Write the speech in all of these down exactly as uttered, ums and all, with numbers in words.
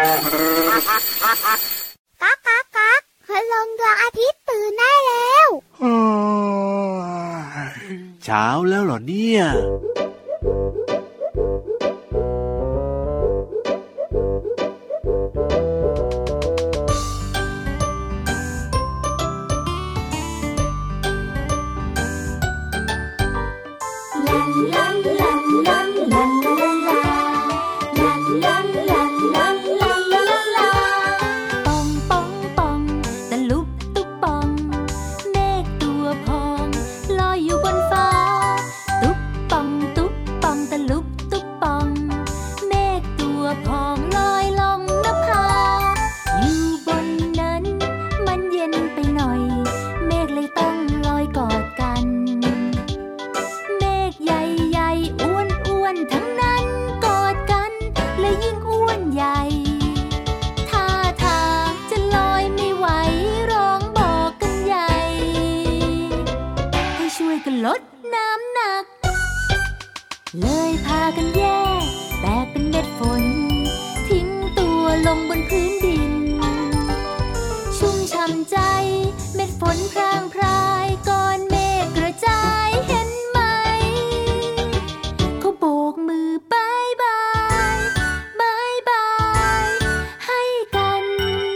ก๊ากก๊ากก๊ากคืนลงดวงอาทิตย์ตื่นได้แล้วเช้าแล้วเหรอเนี่ยลดน้ำหนักเลยพากันแยกแตกเป็นเม็ดฝนทิ้งตัวลงบนพื้นดินชุ่มช่ำใจเม็ดฝนพรางพรายก้อนเมฆกระจายเห็นไหมเขาโบกมือบายบายบายบายให้กัน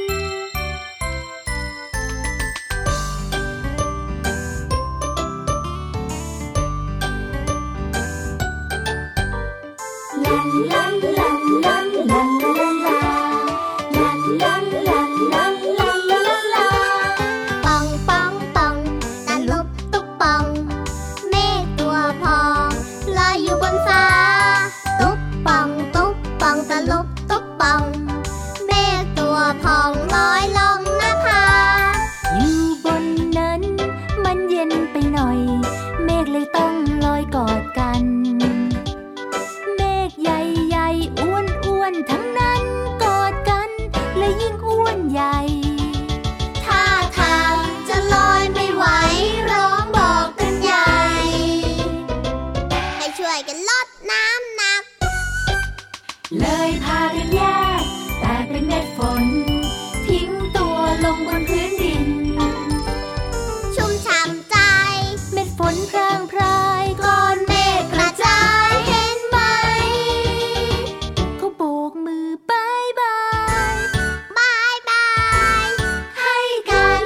เลยพากันแยกแต่เป็นเม็ดฝนทิ้งตัวลงบนพื้นดินชุ่มฉ่ำใจเม็ดฝนพรางพรายก้อนเมฆกระจายเห็นไหมเขาโบกมือบายบายบายบายให้กัน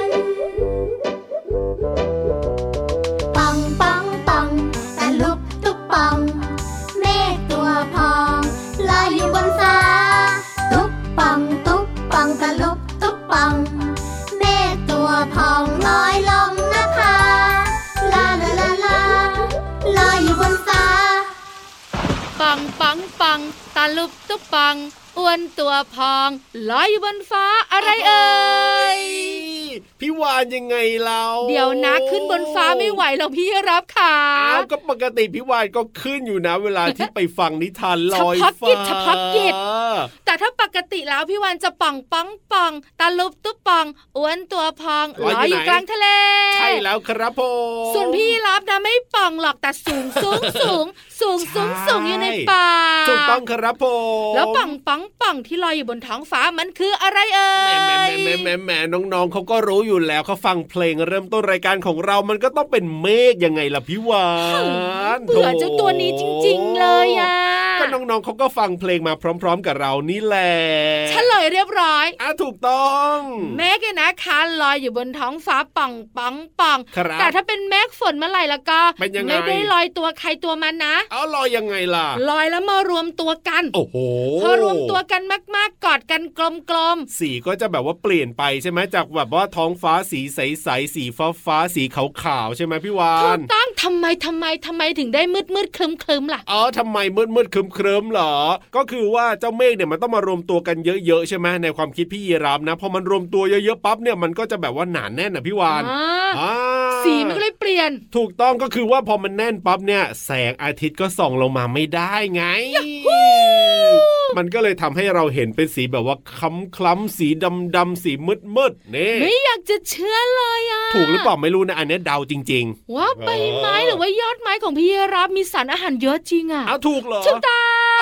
ปังปังปังตะลุบตุบปังเมฆตัวพองลอยอยู่บนฟ้าตุ๊บปังตุ๊บปังตะลุบตุ๊บปังเมฆตัวพองลอยลงนภาลาลาลาลาลอยอยู่บนฟ้าปังปังปังตะลุบตุ๊บปังอ้วนตัวพองลอยอยู่บนฟ้าอะไรเอ่ยพี่วานยังไงเราเดี๋ยวนะขึ้นบนฟ้าไม่ไหวหรอกพี่รับขาอ้าวก็ปกติพี่วานก็ขึ้นอยู่นะเวลาที่ไปฟังนิทานลอยฟ้าเฉพาะกิจแต่ถ้าปกติแล้วพี่วานจะปังปังปังตะลุบตุ๊บปังอ้วนตัวพองลอยอยู่กลางทะเลใช่แล้วครับผมส่วนพี่รับนะไม่ปังหรอกแต่สูงสูงสูงสูงสูงสูงอยู่ในป่าถูกต้องครับผมแล้วปังปังปังที่ลอยอยู่บนท้องฟ้ามันคืออะไรเอ่ยแหมแหมแหมแหมแหมน้องๆเขาก็รู้อยู่แล้วเขาฟังเพลงเริ่มต้นรายการของเรามันก็ต้องเป็นเมฆยังไงล่ะพี่วานเบื่อเจ้าตัวนี้จริงๆเลยอ่ะก็น้องๆเขาก็ฟังเพลงมาพร้อมๆกับเรานี่แหละเฉลยเรียบร้อยอ่ะถูกต้องเมฆเนี่ยนะคะลอยอยู่บนท้องฟ้าปังปังปังแต่ถ้าเป็นเมฆฝนเมื่อไหร่ละก็ไม่ได้ลอยตัวใครตัวมันนะเอาลอยยังไงล่ะลอยแล้วมารวมตัวกันโอ้โหพอรวมตัวกันมากๆกอดกันกลมๆสีก็จะแบบว่าเปลี่ยนไปใช่ไหมจากแบบว่าท้องฟ้าสีใสๆสีฟ้าฟ้าสีขาวๆใช่ไหมพี่วานถูกต้องทำไมทำไมทำไมถึงได้มืดมืดคลึมคลึมล่ะอ๋อทำไมมืดมืดคลึมคลึมเหรอก็คือว่าเจ้าเมฆเนี่ยมันต้องมารวมตัวกันเยอะๆใช่ไหมในความคิดพี่ยีราฟนะพอมันรวมตัวเยอะๆปั๊บเนี่ยมันก็จะแบบว่าหนาแน่นนะพี่วานสีมันก็เลยเปลี่ยนถูกต้องก็คือว่าพอมันแน่นปั๊บเนี่ยแสงอาทิตย์ก็ส่องลงมาไม่ได้ไงมันก็เลยทำให้เราเห็นเป็นสีแบบว่าคล้ำๆสีดำๆสีมืดๆนี่ไม่อยากจะเชื่อเลยอ่ะถูกหรือเปล่าไม่รู้นะอันนี้เดาจริงๆว่าใบไม้หรือว่ายอดไม้ของพี่รับมีสารอาหารเยอะจริงอ่ะอ้าวถูกเหรอถูกต้อง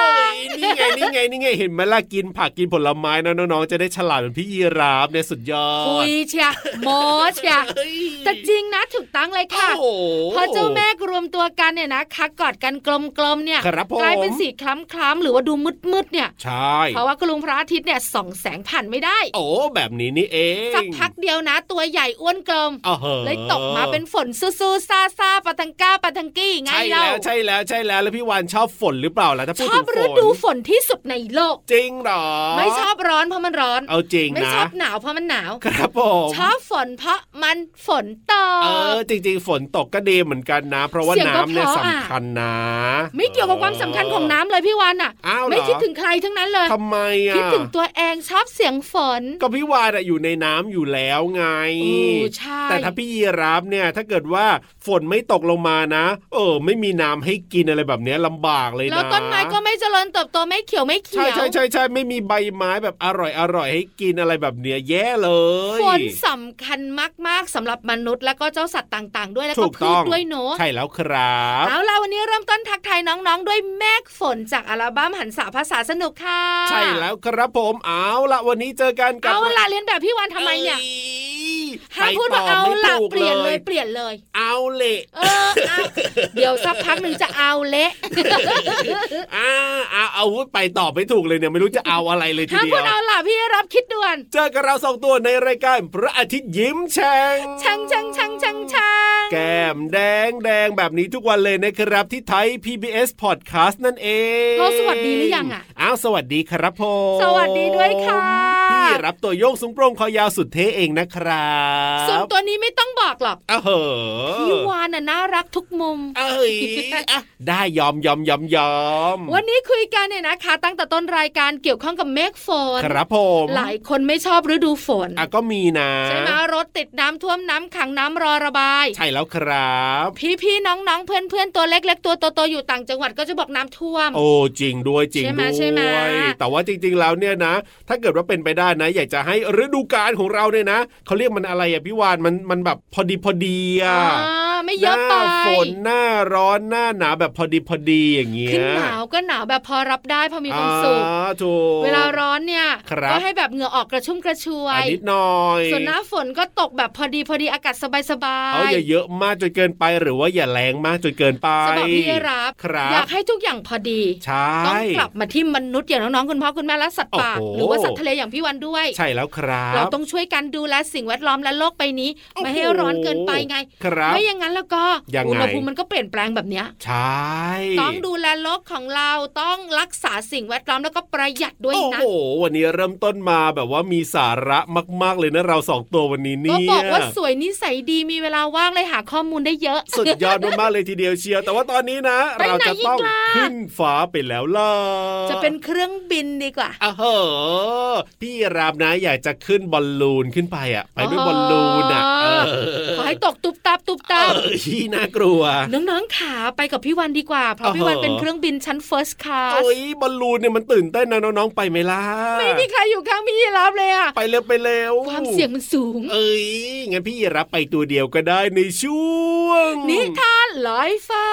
นี่ไงนี่ไงนี่ไงเห็นไหมล่ะกินผักกินผลไม้นะน้องๆจะได้ฉลาดเหมือนพี่ยีราฟเนี่ยสุดยอดคุยเชียโมเชียแต่จริงนะถูกต้องเลยค่ะพอเจ้าเมฆรวมตัวกันเนี่ยนะคะกอดกันกลมๆเนี่ยกลายเป็นสีคล้ำๆหรือว่าดูมืดๆเนี่ยใช่เพราะว่าคุณลุงพระอาทิตย์เนี่ยส่องแสงผ่านไม่ได้โอ้แบบนี้นี่เองสักพักเดียวนะตัวใหญ่อ้วนกลมเลยตกมาเป็นฝนซูๆซ่าๆปะทังก้าปะทังกี้ไงเล่าใช่แล้วใช่แล้วแล้วพี่วานชอบฝนหรือเปล่าล่ะถ้าพูดถึงฝนชอบฤดูฝนที่สุดในโลกจริงหรอไม่ชอบร้อนเพราะมันร้อนเอาจริงนะไม่ชอบหนาวเพราะมันหนาวครับผมชอบฝนเพราะมันฝนตกเออจริงๆฝนตกก็ดีเหมือนกันนะเพราะว่าน้ำเนี่ยสำคัญนะไม่เกี่ยวกับความสำคัญของน้ำเลยพี่วานอ่ะไม่คิดถึงใครทั้งนั้นเลยทำไมอ่ะคิดถึงตัวเองชอบเสียงฝนก็พี่วานอยู่ในน้ำอยู่แล้วไงแต่ถ้าพี่ยีราฟเนี่ยถ้าเกิดว่าฝนไม่ตกลงมานะเออไม่มีน้ำให้กินอะไรแบบนี้ลำบากเลยนะแล้วต้นไม้ก็ไม่เจริญเติบโตไม่เขียวไม่เขียวใช่ใช่ใช่ใช่ไม่มีใบไม้แบบอร่อยอร่อยให้กินอะไรแบบเนี้ยแย่เลยฝนสำคัญมากๆสำหรับมนุษย์แล้วก็เจ้าสัตว์ต่างๆด้วยแล้วก็พืชด้วยเนอะใช่แล้วครับเอาล่ะวันนี้เริ่มต้นทักทายน้องๆด้วยเมฆฝนจากอัลบั้มหันษาภาษาสนุกค่ะใช่แล้วครับผมเอาล่ะวันนี้เจอกันกับเอาล่ะเรียนแบบพี่วันทำไมเนี่ยให้พูดว่าเอาล่ะเปลี่ยนเลยเปลี่ยนเลยเอาเละเออเดี๋ยวสักพักหนึ่งจะเอาเละอ่าเอาอาวุธไปตอบไม่ถูกเลยเนี่ยไม่รู้จะเอาอะไรเลยทีเดียวถ้าพูดเอาล่ะพี่รับคิดด่วนเจอกับเราสองตัวในรายการพระอาทิตย์ยิ้มแฉ่งแฉ่งแฉ่งแฉ่งแฉ่งแฉ่งแก้มแดงแดงแบบนี้ทุกวันเลยนะครับที่ไทย พี บี เอส Podcast นั่นเองเราสวัสดีหรือยังอ่ะอ้าวสวัสดีครับผมสวัสดีด้วยค่ะพี่รับตัวโยงสูงโปร่งคอยาวสุดเท่เองนะครับส่วนตัวนี้ไม่ต้องบอกหรอกอ้าวเหรอพี่วานน่ะน่ารักทุกมุมเอ้ยได้ยอมยอมยอมยอมวันนี้คุยกันเนี่ยนะคะตั้งแต่ต้นรายการเกี่ยวข้องกับเมฆฝนครับผมหลายคนไม่ชอบฤดูฝนอ่ะก็มีนะใช่ไหมรถติดน้ำท่วมน้ำขังน้ำรอระบายใช่แล้วครับพี่ๆน้องๆเพื่อนๆตัวเล็กๆตัวโตๆอยู่ต่างจังหวัดก็จะบอกน้ำท่วมโอ้จริงด้วยจริงด้วยแต่ว่าจริงๆแล้วเนี่ยนะถ้าเกิดว่าเป็นไปได้นะอยากจะให้ฤดูกาลของเราเนี่ยนะเขาเรียกมันอะไรอ่ะพี่วานมันมันแบบพอดีพอดีอ่ะไม่เยอะไปหน้าฝนหน้าร้อนหน้าหนาวแบบพอดีพอดีอย่างเงี้ยขึ้นหนาวก็หนาวแบบพอรับได้พอมีความสุขเวลาร้อนเนี่ยก็ให้แบบเหงื่อออกกระชุ่มกระชวยนิดหน่อยส่วนหน้าฝนก็ตกแบบพอดีพอดีอากาศสบายๆเอาอย่าเยอะมากจนเกินไปหรือว่าอย่าแรงมากจนเกินไปสำหรับพี่รับอยากให้ทุกอย่างพอดีต้องกลับมาที่มนุษย์อย่างน้องๆคุณพ่อคุณแม่และสัตว์ป่าหรือว่าสัตว์ทะเลอย่างพี่วันด้วยใช่แล้วครับเราต้องช่วยกันดูแลสิ่งแวดล้อมและโลกใบนี้ไม่ให้ร้อนเกินไปไงไม่อย่างนั้นแล้วก็อุณหภูมิมันก็เปลี่ยนแปลงแบบนี้ใช่ต้องดูแลโลกของเราต้องรักษาสิ่งแวดล้อมแล้วก็ประหยัดด้วยนะโอ้โหวันนี้เริ่มต้นมาแบบว่ามีสาระมากๆเลยนะเราสองตัววันนี้เนี่ยก็บอกว่าสวยนิสัยดีมีเวลาว่างเลยหาข้อมูลได้เยอะสุดยอดมากๆเลยทีเดียวเชียวแต่ว่าตอนนี้นะเราจะต้องขึ้นฟ้าไปแล้วล่ะจะเป็นเครื่องบินดีกว่าอ้าวเหรอพี่รามนะอยากจะขึ้นบอลลูนขึ้นไปอ่ะไปด้วยบอลลูนอ่ะขอให้ตกตุบตับตุบตับที่น่ากลัวน้องๆขาไปกับพี่วันดีกว่าเพราะพี่วันเป็นเครื่องบินชั้น First Class โอ้ยบอลลูนเนี่ยมันตื่นเต้นนะน้องๆไปไหมล่ะไม่มีใครอยู่ข้างพี่รับเลยอ่ะไปเร็วไปเร็วความเสี่ยงมันสูงเอ้ยงั้นพี่รับไปตัวเดียวก็ได้ในช่วงนิทานลอยฟ้า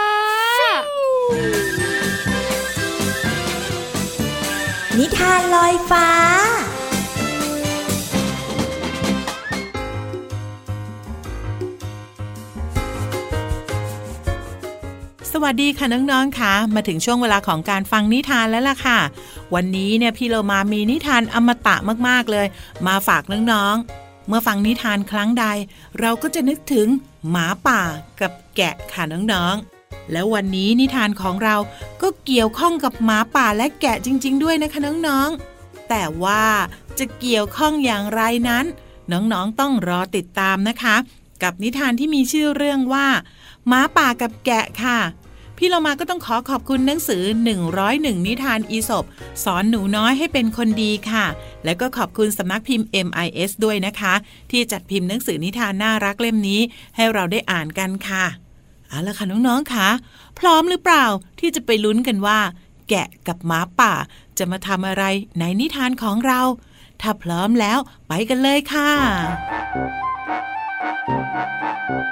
นิทานลอยฟ้าสวัสดีค่ะน้องๆค่ะมาถึงช่วงเวลาของการฟังนิทานแล้วล่ะค่ะวันนี้เนี่ยพี่เรามามีนิทานอมตะมากๆเลยมาฝากน้องๆเมื่อฟังนิทานครั้งใดเราก็จะนึกถึงหมาป่ากับแกะค่ะน้องๆแล้ววันนี้นิทานของเราก็เกี่ยวข้องกับหมาป่าและแกะจริงๆด้วยนะคะน้องๆแต่ว่าจะเกี่ยวข้องอย่างไรนั้นน้องๆต้องรอติดตามนะคะกับนิทานที่มีชื่อเรื่องว่าหมาป่ากับแกะค่ะพี่เรามาก็ต้องขอขอบคุณหนังสือหนึ่งร้อยเอ็ดนิทานอีสปสอนหนูน้อยให้เป็นคนดีค่ะและก็ขอบคุณสำนักพิมพ์ เอ็ม ไอ เอส ด้วยนะคะที่จัดพิมพ์หนังสือนิทานน่ารักเล่มนี้ให้เราได้อ่านกันค่ะเอาล่ะค่ะน้องๆค่ะพร้อมหรือเปล่าที่จะไปลุ้นกันว่าแกะกับหมาป่าจะมาทำอะไรในนิทานของเราถ้าพร้อมแล้วไปกันเลยค่ะ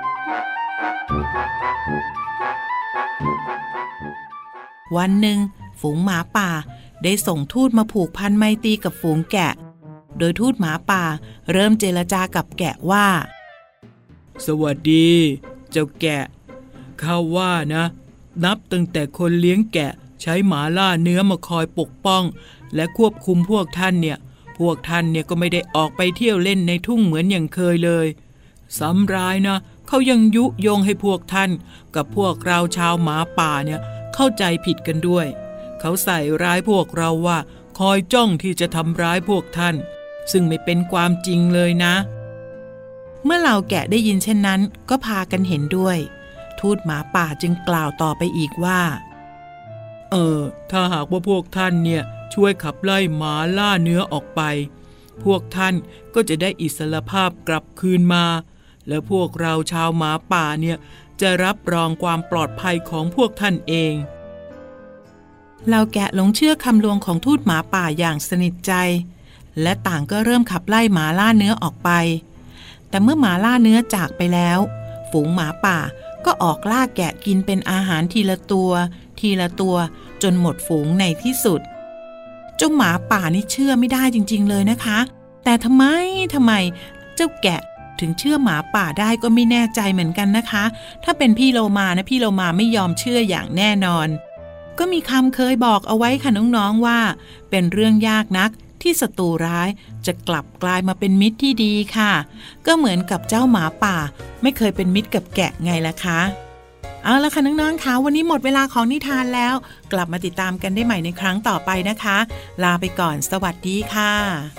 วันหนึ่งฝูงหมาป่าได้ส่งทูตมาผูกพันไมตรีกับฝูงแกะโดยทูตหมาป่าเริ่มเจรจากับแกะว่าสวัสดีเจ้าแกะข้าว่านะนับตั้งแต่คนเลี้ยงแกะใช้หมาล่าเนื้อมาคอยปกป้องและควบคุมพวกท่านเนี่ยพวกท่านเนี่ยก็ไม่ได้ออกไปเที่ยวเล่นในทุ่งเหมือนอย่างเคยเลยซ้ำร้ายนะเขายังยุยงให้พวกท่านกับพวกเราชาวหมาป่าเนี่ยเข้าใจผิดกันด้วยเขาใส่ร้ายพวกเราว่าคอยจ้องที่จะทำร้ายพวกท่านซึ่งไม่เป็นความจริงเลยนะเมื่อเหล่าแกะได้ยินเช่นนั้นก็พากันเห็นด้วยทูตหมาป่าจึงกล่าวต่อไปอีกว่าเออถ้าหากว่าพวกท่านเนี่ยช่วยขับไล่หมาล่าเนื้อออกไปพวกท่านก็จะได้อิสรภาพกลับคืนมาและพวกเราชาวหมาป่าเนี่ยจะรับรองความปลอดภัยของพวกท่านเองเราแกะหลงเชื่อคำลวงของทูตหมาป่าอย่างสนิทใจและต่างก็เริ่มขับไล่หมาล่าเนื้อออกไปแต่เมื่อหมาล่าเนื้อจากไปแล้วฝูงหมาป่าก็ออกล่าแกะกินเป็นอาหารทีละตัวทีละตัวจนหมดฝูงในที่สุดเจ้าหมาป่านี่เชื่อไม่ได้จริงๆเลยนะคะแต่ทำไมทำไมเจ้าแกะถึงเชื่อหมาป่าได้ก็ไม่แน่ใจเหมือนกันนะคะถ้าเป็นพี่โลมานะพี่โลมาไม่ยอมเชื่ออย่างแน่นอนก็มีคำเคยบอกเอาไว้ค่ะน้องๆว่าเป็นเรื่องยากนักที่ศัตรูร้ายจะกลับกลายมาเป็นมิตรที่ดีค่ะก็เหมือนกับเจ้าหมาป่าไม่เคยเป็นมิตรกับแกะไงล่ะคะเอาละค่ะน้องๆคะวันนี้หมดเวลาของนิทานแล้วกลับมาติดตามกันได้ใหม่ในครั้งต่อไปนะคะลาไปก่อนสวัสดีค่ะ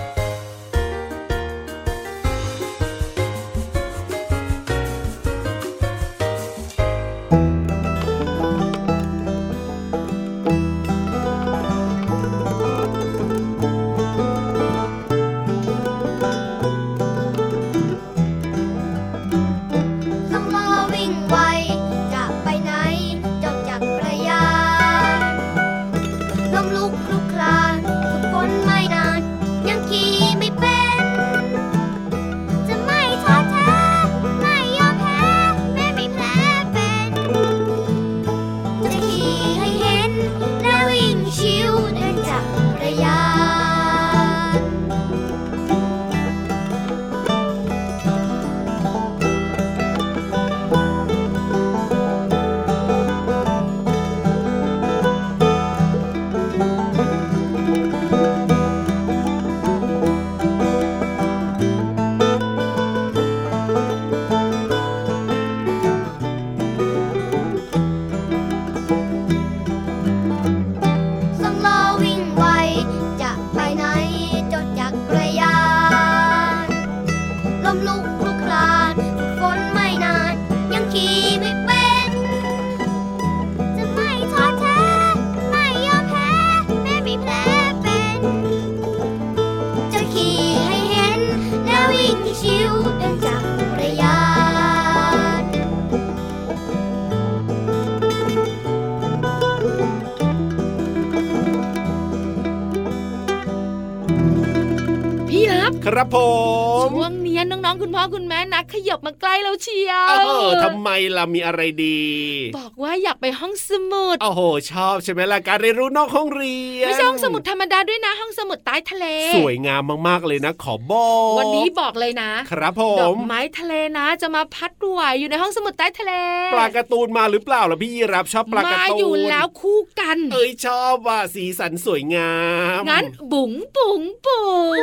ครับผมช่วงนี้น้องๆคุณพ่อคุณแม่นะขยับมาใกล้เราเชียวเออทำไมล่ะมีอะไรดีบอกว่าอยากไปห้องสมุดโอ้โหชอบใช่ไหมล่ะการเรียนรู้นอกห้องเรียนไม่ใช่ห้องสมุดธรรมดาด้วยนะห้องสมุดใต้ทะเลสวยงามมากๆเลยนะขอบอกวันนี้บอกเลยนะครับผมดอกไม้ทะเลนะจะมาพัดไหวอยู่ในห้องสมุดใต้ทะเลปลาการ์ตูนมาหรือเปล่าล่ะพี่ยีรับชอบปลาการ์ตูนมาอยู่แล้วคู่กันเอ้ยชอบว่ะสีสันสวยงามงั้นบุ๋งบุ๋งบุ๋ง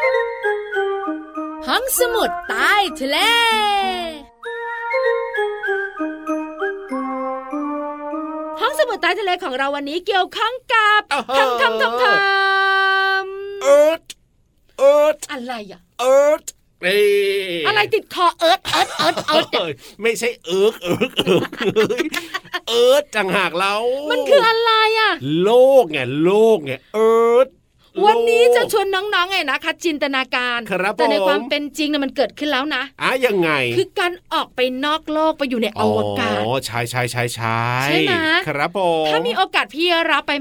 ห้องสมุดใต้ทะเลห้องสมุดใต้ทะเลของเราวันนี้เกี่ยวข้องกับทำทำทำทำเอิร์ธเอิร์ธอะไรอ่ะเอิร์ธเออะไรติดคอเอิร์ธเอิร์ธเอิร์ธเอิร์ธไม่ใช่เอิร์ธเอิร์ธเอิร์ธเอิร์ธต่างหากเรามันคืออะไรอ่ะโลกไงโลกไงเอิร์ธวันนี้จะชวนน้องๆไงนะคะจินตนาการแต่ในความเป็นจริงนะมันเกิดขึ้นแล้วนะอ่ะยังไงคือการออกไปนอกโลกไปอยู่ในอวกาศอ๋อใช่ใช่ใช่ใช่ใช่ไหมครับผมถ้ามีโอกาสพี่รับไปไหม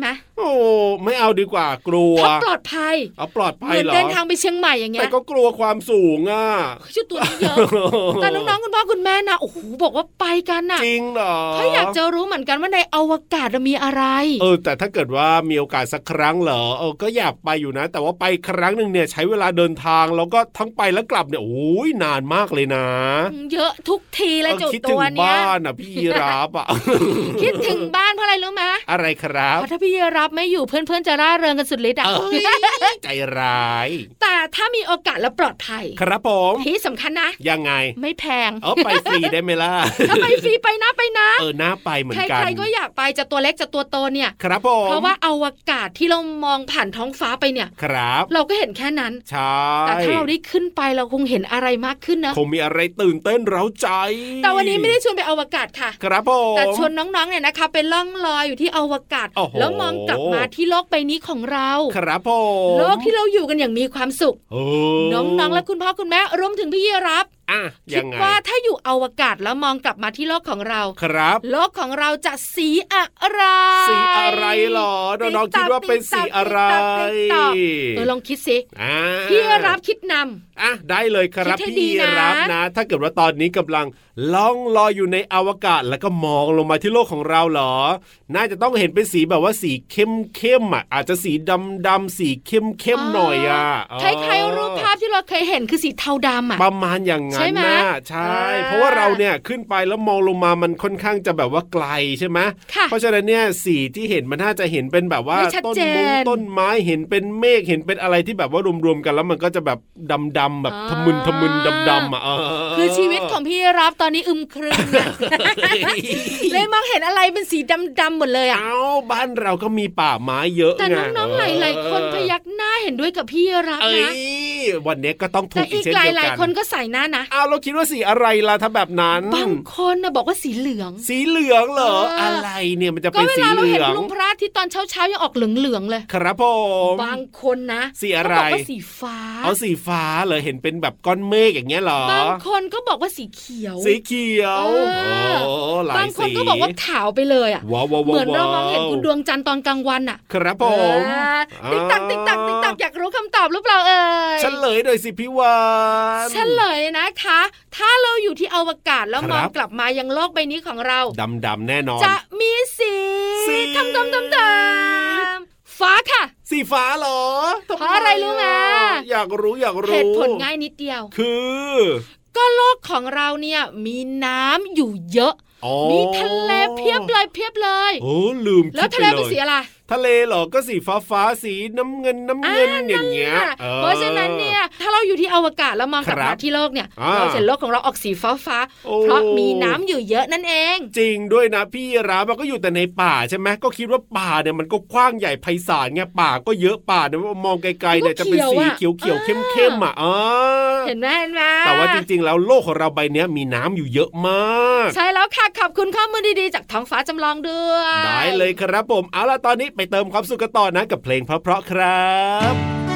โอ้ไม่เอาดีกว่ากลัวถ้าปลอดภัยเอาปลอดภัยเหรอเหมือนเดินทางไปเชียงใหม่อย่างเงี้ยแต่ก็กลัวความสูงอ่ะชื่อตัวนี้เยอะแต่น้องๆคุณพ่อคุณแม่นะโอ้โหบอกว่าไปกันน่ะจริงเหรอถ้าอยากจะรู้เหมือนกันว่าในอวกาศมีอะไรเออแต่ถ้าเกิดว่ามีโอกาสสักครั้งเหรอเออก็อยากไปอยู่นะแต่ว่าไปครั้งนึงเนี่ยใช้เวลาเดินทางแล้วก็ทั้งไปแล้วกลับเนี่ยโอ้ยนานมากเลยนะเยอะทุกทีเลยจุดตัวเนี้ยคิดถึงบ้านอ่ะพี่รับอ่ะคิดถึงบ้านเพราะอะไรรู้ไหมอะไรครับเพราะถ้าพี่รับไม่อยู่เพื่อนๆจะร่าเริงกันสุดฤทธิ์อ่ะใจร้ายแต่ถ้ามีโอกาสและปลอดภัยครับผมที่สำคัญนะยังไงไม่แพงเออไปฟรีได้ไหมล่ะถ้าไปฟรีไปนะไปนะเออน่าไปเหมือนกันใครๆก็อยากไปจะตัวเล็กจะตัวโตเนี่ยครับผมเพราะว่าอวกาศที่เรามองผ่านท้องฟ้าไปเนี่ยครับเราก็เห็นแค่นั้นใช่แต่ถ้าเราได้ขึ้นไปเราคงเห็นอะไรมากขึ้นนะคงมีอะไรตื่นเต้นเร้าใจแต่วันนี้ไม่ได้ชวนไปอวกาศค่ะครับผมแต่ชวนน้องๆเนี่ยนะคะไปล่องลอยอยู่ที่อวกาศแล้วมองกลับมาที่โลกใบนี้ของเราครับผมโลกที่เราอยู่กันอย่างมีความสุขน้องๆและคุณพ่อคุณแม่รวมถึงพี่ยีรับคิดว่าถ้าอยู่อวกาศแล้วมองกลับมาที่โลกของเราครับโลกของเราจะสีอะไรสีอะไรหรอน้องๆคิดว่าเป็นสีอะไรเออลองคิดสิพี่รับคิดนำอ่ะได้เลยครับพี่รับนะถ้าเกิดว่าตอนนี้กำลังล่องลอยอยู่ในอวกาศแล้วก็มองลงมาที่โลกของเราเหรอน่าจะต้องเห็นเป็นสีแบบว่าสีเข้มเข้มอ่ะอาจจะสีดำดำสีเข้มเข้มหน่อยอ่ะคล้ายๆรูปภาพที่เราเคยเห็นคือสีเทาดำอ่ะประมาณอย่างนั้นนะใช่เพราะว่าเราเนี่ยขึ้นไปแล้วมองลงมามันค่อนข้างจะแบบว่าไกลใช่ไหมเพราะฉะนั้นเนี่ยสีที่เห็นมันน่าจะเห็นเป็นแบบว่าต้นมงต้นไม้เห็นเป็นเมฆเห็นเป็นอะไรที่แบบว่ารวมๆกันแล้วมันก็จะแบบดำๆแบบทะมึนทะมึนดำๆอ่ะคือชีวิตของพี่รับตอนนี้อึมครึมเลยมองเห็นอะไรเป็นสีดำๆหมดเลยอ่ะเอ้าบ้านเราก็มีป่าไม้เยอะไงแต่น้องๆหลายๆคนพยักหน้าเห็นด้วยกับพี่รับนะวันนี้ก็ต้องถูกอีกเช่นเดียวกันแต่อีกหลายๆคนก็ใส่หน้านะอ้าวเราคิดว่าสีอะไรล่ะถ้าแบบนั้นบางคนนะบอกว่าสีเหลืองสีเหลืองเหรออะไรเนี่ยมันจะเป็นสีเหลืองก็เวลาเราเห็นลุงพระอาทิตย์ตอนเช้าๆยังออกเหลืองๆเลยครับผมบางคนนะสีอะไรบอกว่าสีฟ้าเอาสีฟ้าเลยเห็นเป็นแบบก้อนเมฆอย่างเงี้ยหรอบางคนก็บอกว่าสีเขียวสีเขียวบางคนก็บอกว่าขาวไปเลยอ่ะเหมือนเรามองเห็นคุณดวงจันทร์ตอนกลางวันอ่ะครับผมติ๊กตักติ๊กตักติ๊กตักอยากรู้คำตอบหรือเปล่าเอ่ยเฉลยหน่อยสิพี่วานเฉลยนะคะถ้าเราอยู่ที่อวกาศแล้วมองกลับมายังโลกใบนี้ของเราดำๆแน่นอนจะมีสีทำดำดำดำฟ้าค่ะสีฟ้าเหรอเพราะอะไรรู้ไหมอยากรู้อยากรู้เหตุผลง่ายนิดเดียวคือก็โลกของเราเนี่ยมีน้ำอยู่เยอะมีทะเลเพียบเลยเพียบเลยโอ้ลืมแล้วทะเลเป็นสีอะไรทะเลเหรอก็สีฟ้าฟ้าสีน้ำเงินน้ำเงินอย่างเงี้ยเพราะฉะนั้นเนี่ยถ้าเราอยู่ที่อวกาศแล้วมองกลับมาที่โลกเนี่ยเราเห็นโลกของเราออกสีฟ้าฟ้าเพราะมีน้ำอยู่เยอะนั่นเองจริงด้วยนะพี่รับมันก็อยู่แต่ในป่าใช่ไหมก็คิดว่าป่าเนี่ยมันก็กว้างใหญ่ไพศาลไงป่าก็เยอะป่าเนี่ยมองไกลๆเนี่ยจะเป็นสีเขียวๆเข้มๆอ่ะเห็นไหมเห็นไหมแต่ว่าจริงๆแล้วโลกของเราใบนี้มีน้ำอยู่เยอะมากใช่แล้วค่ะขอบคุณข้อมูลดีๆจากท้องฟ้าจำลองด้วยได้เลยครับผมเอาล่ะตอนนี้ไปเติมความสุขกันต่อนะกับเพลงเพราะๆครับ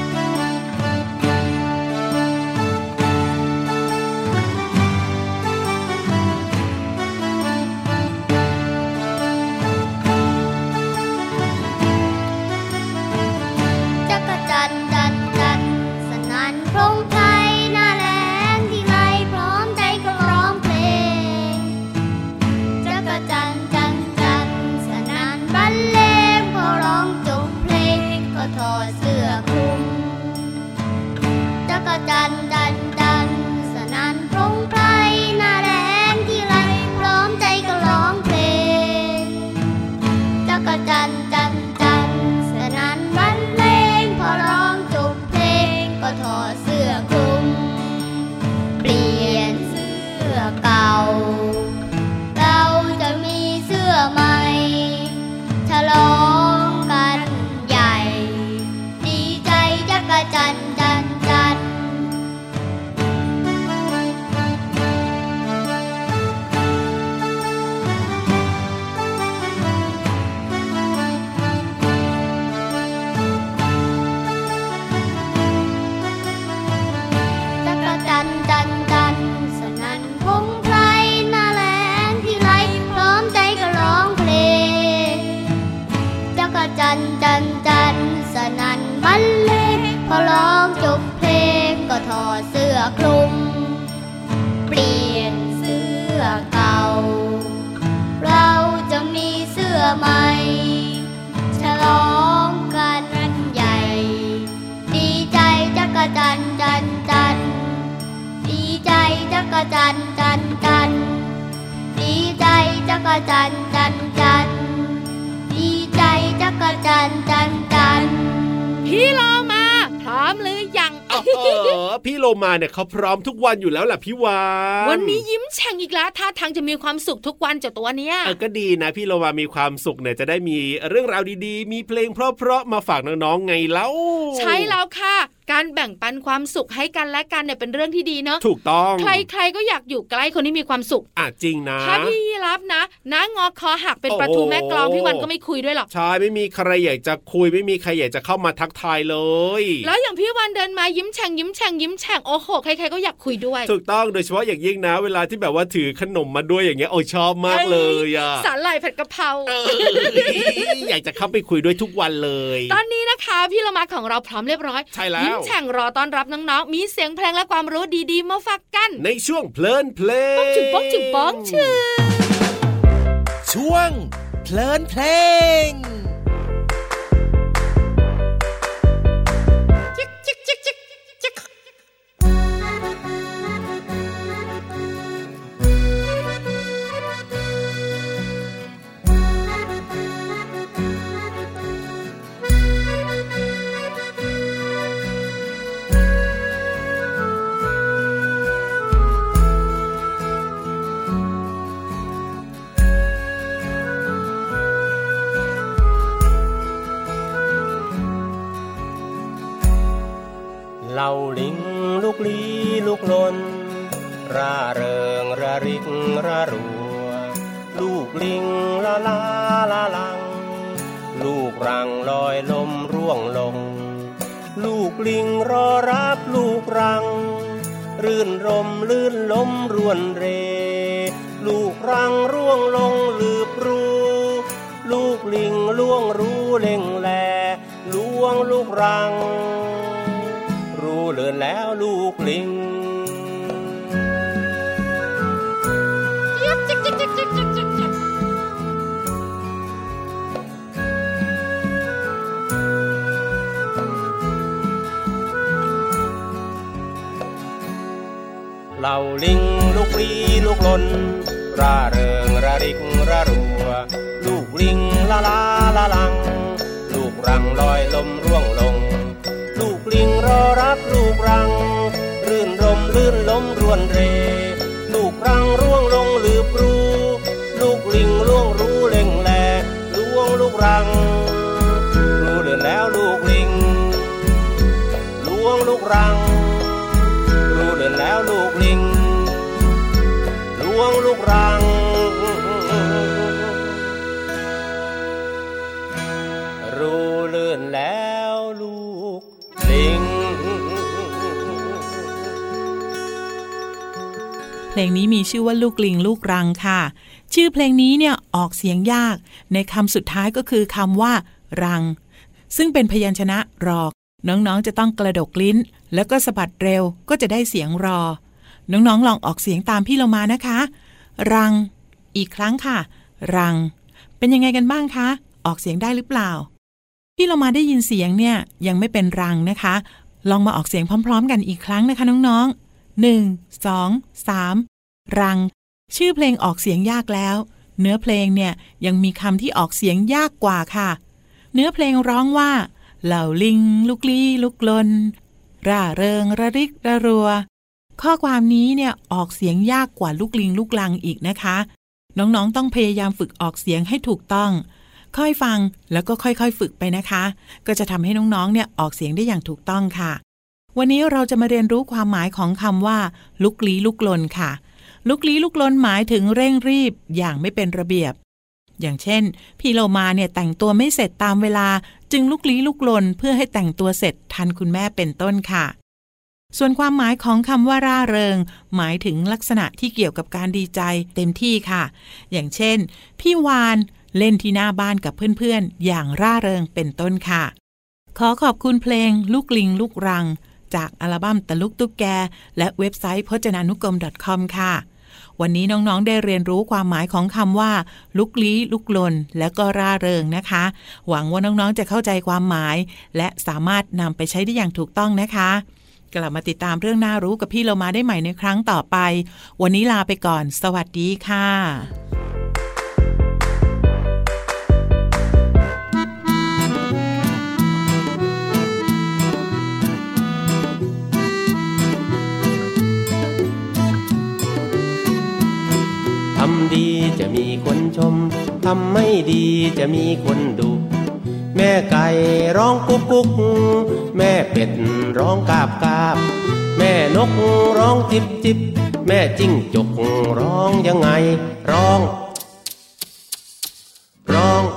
จักรจันทร์จันทร์จันทร์สนั่นพรงไพรหน้าแล้งที่ไรพร้อมใจก็ร้องเพลงจักรจันทร์จันทร์จันทร์สนั่นบรรเลงพอร้องจบเพลงก็ถอดเสื้อคลุมจักรจันทร์จันทร์จันทร์สนั่นพรงไพรหน้าแล้งที่ไรพร้อมใจก็ร้องเพลงจักรจันทร์จันทร์จันทร์สนั่นบรรเลงพอร้องจบเพลงก็ถอดเสื้อคลุมเปลี่ยนเสื้อเก่าเราจะมีเสื้อใหม่ฉลองกันใหญ่ดีใจจักรจันทร์จันทร์จันทร์คลุมเปลี่ยนเสื้อเก่าเราจะมีเสื้อใหม่ฉลองกันนั้นใหญ่ดีใจจักจั่นจันจันดีใจจักจั่นจันจันดีใจจักจั่นจันจันดีใจจักจั่นจันจันพี่โลมาพร้อมหรือยังเออพี่โลมาเนี่ยเขาพร้อมทุกวันอยู่แล้วแหละพี่วานวันนี้ยิ้มแฉ่งอีกแล้วท่าทางจะมีความสุขทุกวันเจ้าตัวเนี้ยเออก็ดีนะพี่โลมามีความสุขเนี่ยจะได้มีเรื่องราวดีๆมีเพลงเพราะๆมาฝากน้องๆไงเล่าใช่แล้วค่ะการแบ่งปันความสุขให้กันและกันเนี่ยเป็นเรื่องที่ดีเนาะถูกต้องใครๆก็อยากอยู่ใกล้คนที่มีความสุขอ่ะจริงนะถ้าพี่รับนะน้างอคอหักเป็นประตูแม่กลองพี่วันก็ไม่คุยด้วยหรอกใช่ไม่มีใครอยากจะคุยไม่มีใครอยากจะเข้ามาทักทายเลยแล้วอย่างพี่วันเดินมายิ้มแฉ่งยิ้มแฉ่งยิ้มแฉ่งโอ้โหใครๆก็อยากคุยด้วยถูกต้องโดยเฉพาะอย่างยิ่งนะเวลาที่แบบว่าถือขนมมาด้วยอย่างเงี้ยโอ้ชอบมากเลยอ่ะสาหร่ายผัดกะเพราอยากจะเข้าไปคุยด้วยทุกวันเลยตอนนี้นะคะพี่ละมาของเราพร้อมเรียบร้อยใช่แล้วยิ้มแฉ่งรอตอนรับน้องๆมีเสียงเพลงและความรู้ดีๆมาฝากกันในช่วงเพลินเพลงป้องถึงป้องถึงป้องชื่อช่วงเพลินเพลงเหล่าลิงลูกลี้ลูกลนร่าเริงระริกระรัวลูกลิงละลาละลังลูกรังลอยลมร่วงลงลูกลิงรอรับลูกรังรื่นรมลื่นล้มรวนเรลูกรังร่วงลงลืบรูลูกลิงล่วงรู้เล่งแลล่วงลูกรังรู้เลือนแล้วลูกลิงเหล่าลิงลูกลี้ลูกลนร่าเริงระริกระรัวลูกลิงละลาละลังลูกรังลอยลมร่วงลงลูกลิงรอรับลูกรังรื่นรมลื่นล้มรวนเรลูกรังร่วงลงลืบรูลูกลิงล่วงรู้เล่งแลล่วงลูกรังรู้เลือนแล้วลูกลิงล่วงลูกรังรู้เลือนแล้วลูกลิงล่วงลูกรังรู้เลือนแล้วลูกลิงเพลงนี้มีชื่อว่าลูกลิงลูกรังค่ะชื่อเพลงนี้เนี่ยออกเสียงยากในคำสุดท้ายก็คือคำว่ารังซึ่งเป็นพยัญชนะรอน้องๆจะต้องกระดกลิ้นแล้วก็สะบัดเร็วก็จะได้เสียงรอน้องๆลองออกเสียงตามพี่เรามานะคะรังอีกครั้งค่ะรังเป็นยังไงกันบ้างคะออกเสียงได้หรือเปล่าพี่เรามาได้ยินเสียงเนี่ยยังไม่เป็นรังนะคะลองมาออกเสียงพร้อมๆกันอีกครั้งนะคะน้องๆหนึ่ง สอง สามรังชื่อเพลงออกเสียงยากแล้วเนื้อเพลงเนี่ยยังมีคำที่ออกเสียงยากกว่าค่ะเนื้อเพลงร้องว่าเหล่าลิงลุกลี้ลุกลนร่าเริงระริกระรัวข้อความนี้เนี่ยออกเสียงยากกว่าลูกลิงลูกลังอีกนะคะน้องๆต้องพยายามฝึกออกเสียงให้ถูกต้องค่อยฟังแล้วก็ค่อยๆฝึกไปนะคะก็จะทำให้น้องๆเนี่ยออกเสียงได้อย่างถูกต้องค่ะวันนี้เราจะมาเรียนรู้ความหมายของคำว่าลุกลี้ลุกลนค่ะลุกลี้ลุกลนหมายถึงเร่งรีบอย่างไม่เป็นระเบียบอย่างเช่นพี่โลมาเนี่ยแต่งตัวไม่เสร็จตามเวลาจึงลุกลี้ลุกลนเพื่อให้แต่งตัวเสร็จทันคุณแม่เป็นต้นค่ะส่วนความหมายของคำว่าร่าเริงหมายถึงลักษณะที่เกี่ยวกับการดีใจเต็มที่ค่ะอย่างเช่นพี่วานเล่นที่หน้าบ้านกับเพื่อนๆอย่างร่าเริงเป็นต้นค่ะขอขอบคุณเพลงลูกลิงลูกรังจากอัลบั้มตะลุกตุ๊กแกและเว็บไซต์พจนานุกรม .com ค่ะวันนี้น้องๆได้เรียนรู้ความหมายของคำว่าลุกลี้ลุกลนและก็ร่าเริงนะคะหวังว่าน้องๆจะเข้าใจความหมายและสามารถนำไปใช้ได้อย่างถูกต้องนะคะกลับมาติดตามเรื่องน่ารู้กับพี่เรามาได้ใหม่ในครั้งต่อไปวันนี้ลาไปก่อนสวัสดีค่ะทำดีจะมีคนชมทำไม่ดีจะมีคนดุแม่ไก่ร้องกุ๊กกุ๊กแม่เป็ดร้องกาบกาบแม่นกร้องจิบจิบแม่จิ้งจกร้องยังไงร้องร้อง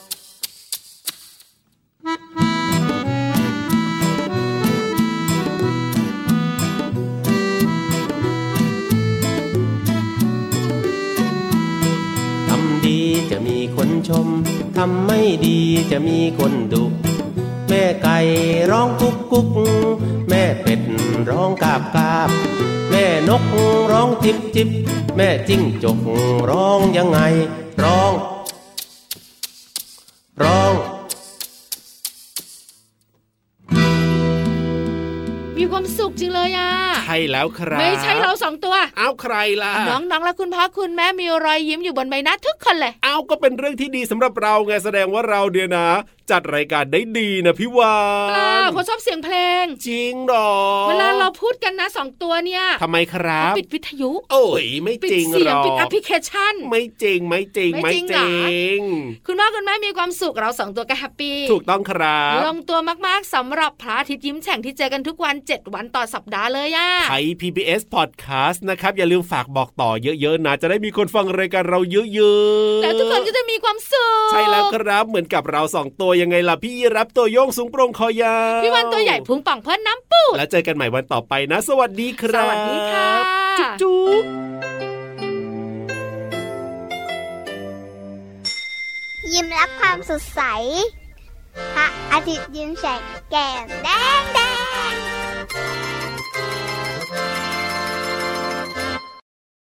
ทำดีจะมีคนชมทำไม่ดีจะมีคนดุแม่ไก่ร้องกุ๊กกุ๊กแม่เป็ดร้องกาบกาบแม่นกร้องจิบจิบแม่จิ้งจกร้องยังไงร้องร้องมีความสุขจริงเลยอ่ะใช่แล้วครับไม่ใช่เราสองตัวเอาใครล่ะน้องๆและคุณพ่อคุณแม่มีรอยยิ้มอยู่บนใบหน้าทุกคนเลยเอาก็เป็นเรื่องที่ดีสำหรับเราไงแสดงว่าเราเนี่ยนะจัดรายการได้ดีนะพี่วานเขาชอบเสียงเพลงจริงหรอเวลาเราพูดกันนะสองตัวเนี่ยทำไมครับปิดวิทยุโอ้ยไม่จริงหรอกปิดเสียงปิดแอปพลิเคชันไม่จริงไม่จริงไม่จริงคุณพ่อคุณแม่มีความสุขเราสองตัวก็แฮปปี้ถูกต้องครับลงตัวมากๆสำหรับพระอาทิตย์ยิ้มแฉ่งที่เจอกันทุกวันเจ็ดวันต่อสัปดาห์เลยอ่ะไทย พี บี เอส Podcast นะครับอย่าลืมฝากบอกต่อเยอะๆนะจะได้มีคนฟังรายการเราเยอะๆแล้วทุกคนก็จะมีความสุขใช่แล้วครับเหมือนกับเราสองตัวยังไงล่ะพี่รับตัวโยงสูงโปร่งคอยาวพี่วันตัวใหญ่พุงป่องเพิ่นน้ำปูดแล้วเจอกันใหม่วันต่อไปนะสวัสดีครับสวัสดีค่ะจุ๊บยิ้มรับความสดใสพระอาทิตย์ยิ้มแฉกแก้มแดง